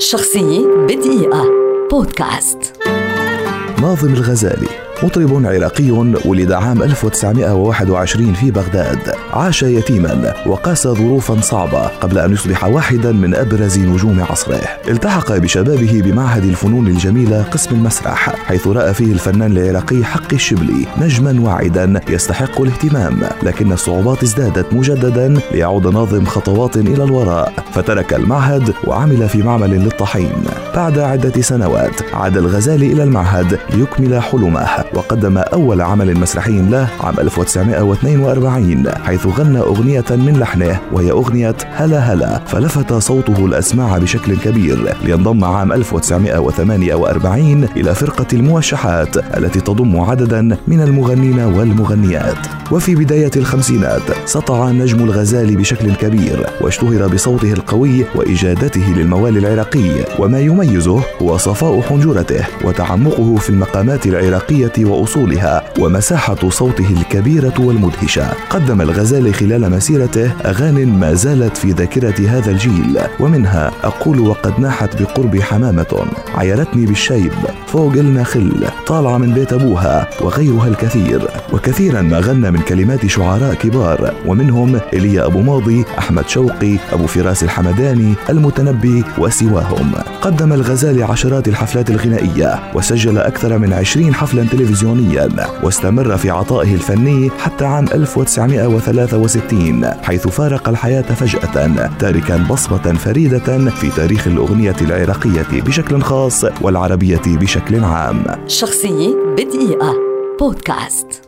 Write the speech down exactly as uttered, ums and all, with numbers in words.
شخصية بدقيقة بودكاست. ناظم الغزالي مطرب عراقي ولد عام ألف وتسعمائة وواحد وعشرين في بغداد. عاش يتيما وقاس ظروفا صعبة قبل أن يصبح واحدا من أبرز نجوم عصره. التحق بشبابه بمعهد الفنون الجميلة قسم المسرح، حيث رأى فيه الفنان العراقي حقي الشبلي نجما واعدا يستحق الاهتمام، لكن الصعوبات ازدادت مجددا ليعود ناظم خطوات إلى الوراء، فترك المعهد وعمل في معمل للطحين. بعد عدة سنوات عاد الغزالي إلى المعهد ليكمل حلمه، وقدم أول عمل مسرحي له عام ألف وتسعمائة واثنين وأربعين، حيث غنى أغنية من لحنه وهي أغنية هلا هلا، فلفت صوته الأسماع بشكل كبير، لينضم عام ألف وتسعمائة وثمانية وأربعين إلى فرقة الموشحات التي تضم عددا من المغنين والمغنيات. وفي بداية الخمسينات سطع نجم الغزالي بشكل كبير، واشتهر بصوته القوي وإجادته للموال العراقي، وما يميزه هو صفاء حنجرته وتعمقه في المقامات العراقية وأصولها ومساحة صوته الكبيرة والمدهشة. قدم الغزالي خلال مسيرته أغاني ما زالت في ذاكرة هذا الجيل، ومنها أقول وقد ناحت بقرب حمامة، عيرتني بالشيب، فوق النخل، طالعة من بيت أبوها، وغيرها الكثير. وكثيرا ما غنى من كلمات شعراء كبار، ومنهم إيليا أبو ماضي، أحمد شوقي، أبو فراس الحمداني، المتنبي وسواهم. قدم الغزالي عشرات الحفلات الغنائية، وسجل أكثر من عشرين حفلا تلفزيونيا، واستمر في عطائه الفني حتى عام ألف وتسعمائة وثلاثة وستين، حيث فارق الحياة فجأة، تاركا بصمة فريدة في تاريخ الأغنية العراقية بشكل خاص والعربية بشكل عام. شخصية بدقيقة بودكاست.